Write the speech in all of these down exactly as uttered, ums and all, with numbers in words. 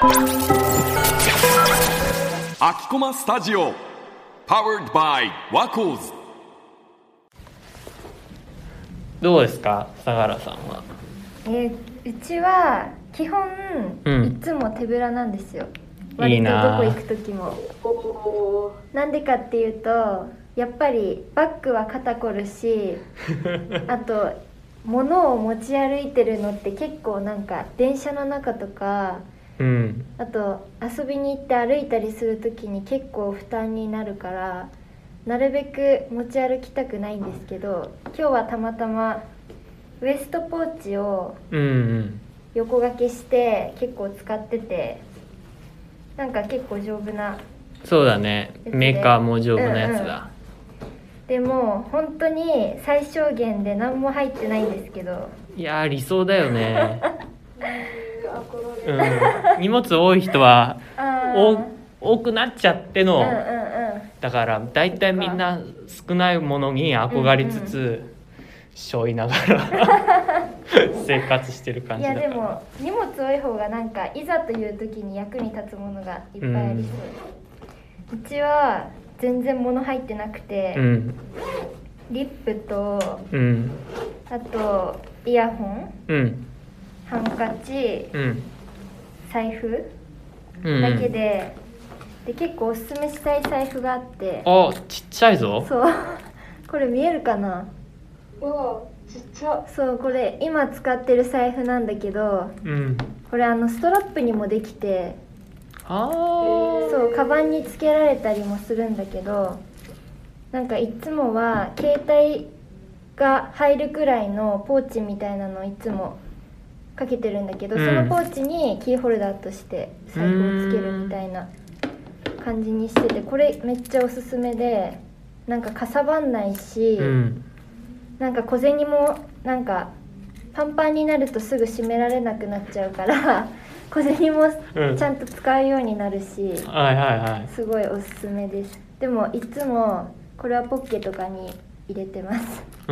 アキコマスタジオ Powered by ワコーズ。 どうですか相良さんは。 えー、うちは基本、 うん、 いつも手ぶらなんですよ。 いいな。 割とどこ行く時もなんでかっていうと、やっぱりバッグは肩こるしあと物を持ち歩いてるのって結構なんか電車の中とか、 うん、 あと遊びに行って歩いたりする時に結構負担になるから、なるべく持ち歩きたくないんですけど、今日はたまたまウエストポーチを横掛けして結構使ってて、なんか結構丈夫な。 そうだね、メーカーも丈夫なやつだ、 うんうん、でも本当に最小限で何も入ってないんですけど。 いやー理想だよねうん、荷物多い人は多くなっちゃっての、うんうんうん、だからだいたいみんな少ないものに憧れつつ、うんうん、背負いながら生活してる感じだから。 いやでも荷物多い方がなんかいざという時に役に立つものがいっぱいありそう、うん、うちは全然物入ってなくて、うん、リップと、うん、あとイヤホン、うん、ハンカチ、うん、財布、うん、だけで、で結構おすすめしたい財布があって。 あ、ちっちゃいぞ。 そうこれ見えるかな。 うわちっちゃ。 そう、これ今使ってる財布なんだけど、うん、これあのストラップにもできて、あそうカバンにつけられたりもするんだけど、なんかいつもは携帯が入るくらいのポーチみたいなのをいつもかけてるんだけど、うん、そのポーチにキーホルダーとして財布をつけるみたいな感じにしてて、これめっちゃおすすめで、なんかかさばんないし、うん、なんか小銭もなんかパンパンになるとすぐ閉められなくなっちゃうから小銭もちゃんと使うようになるし、うん、はいはいはい、すごいおすすめです。でもいつもこれはポッケとかに入れてます、 うん、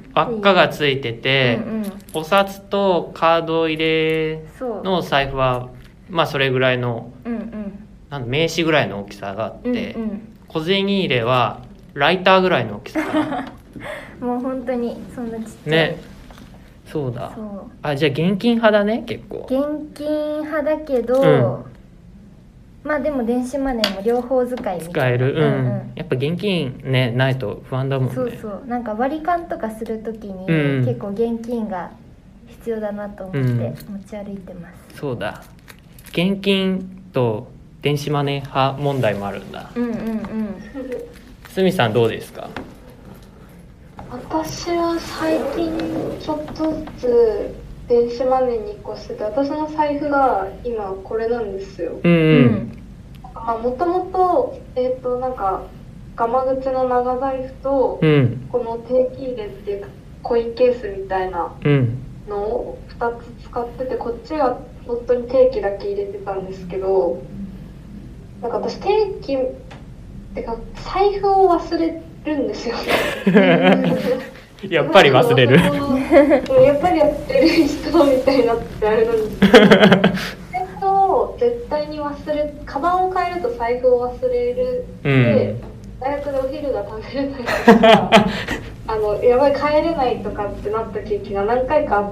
輪っかがついてて、うんうん、お札とカード入れの財布はまあそれぐらいの、うんうん、なん名刺ぐらいの大きさがあって、うんうん、小銭入れはライターぐらいの大きさかなもう本当にそんなちっちゃいね。そうだそう。あ、じゃあ現金派だね。結構現金派だけど、うん、まあでも電子マネーも両方使いみたいな。 使える、うんうん、やっぱ現金ねないと不安だもんね。 そうそう、なんか割り勘とかするときに、うん、結構現金が必要だなと思って持ち歩いてます、 うん、そうだ、現金と電子マネー派問題もあるんだ。うんうんうん。すみさんどうですか。 私は最近ちょっとずつ電子マネーに移行してて、私の財布が今これなんですよ。うんうん。まあもともとえっとなんかガマ口の長財布と、うん、この定期入れっていうコインケースみたいなのをふたつ使ってて、こっちは本当に定期だけ入れてたんですけど、なんか私定期ってか財布を忘れるんですよやっぱり忘れるやっぱりやってる人みたいになってあれなんですけど財布を絶対に忘れ、カバンを変えると財布を忘れる、うん、で大学でお昼が食べれないとかあのやばい帰れないとかってなった経験が何回かあって、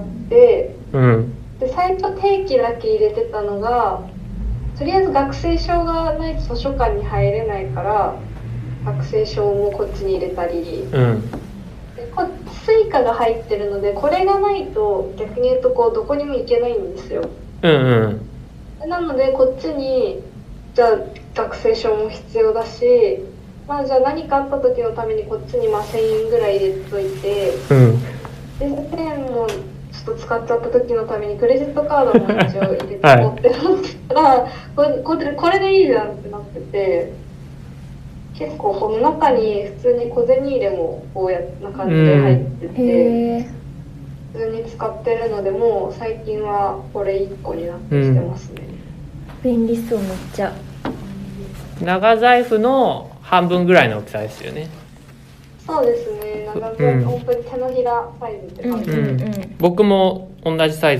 うん、で最初定期だけ入れてたのが、とりあえず学生証がないと図書館に入れないから学生証もこっちに入れたり、うん、でこスイカが入ってるのでこれがないと逆に言うとこうどこにも行けないんですよ、うんうん、なのでこっちにじゃあ学生証も必要だし、まあ、じゃあ何かあった時のためにこっちにまあせんえんぐらい入れといて、うん、でせんえんもちょっと使っちゃった時のためにクレジットカードも一応入れて持ってなったら、はい、これ、これ、これでいいじゃんってなってて、結構この中に普通に小銭入れもこうやな感じで入ってて、普通に使ってるので、もう最近はこれいっこになってきてますね、 うん、便利そうめっちゃ。 長財布の半分ぐらいの大きさですよね。 そうですね、長財布、うん、本当に手のひらサイズって感じ、うんうんうん、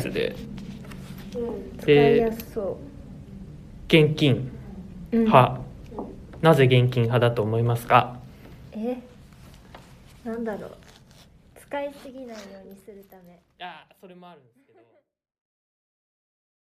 僕も同じサイズで、 うん、使いやすそ現金派、うん、なぜ現金派だと思いますか？ えなんだろう、使いすぎないようにするため。 あ、それもあるんです。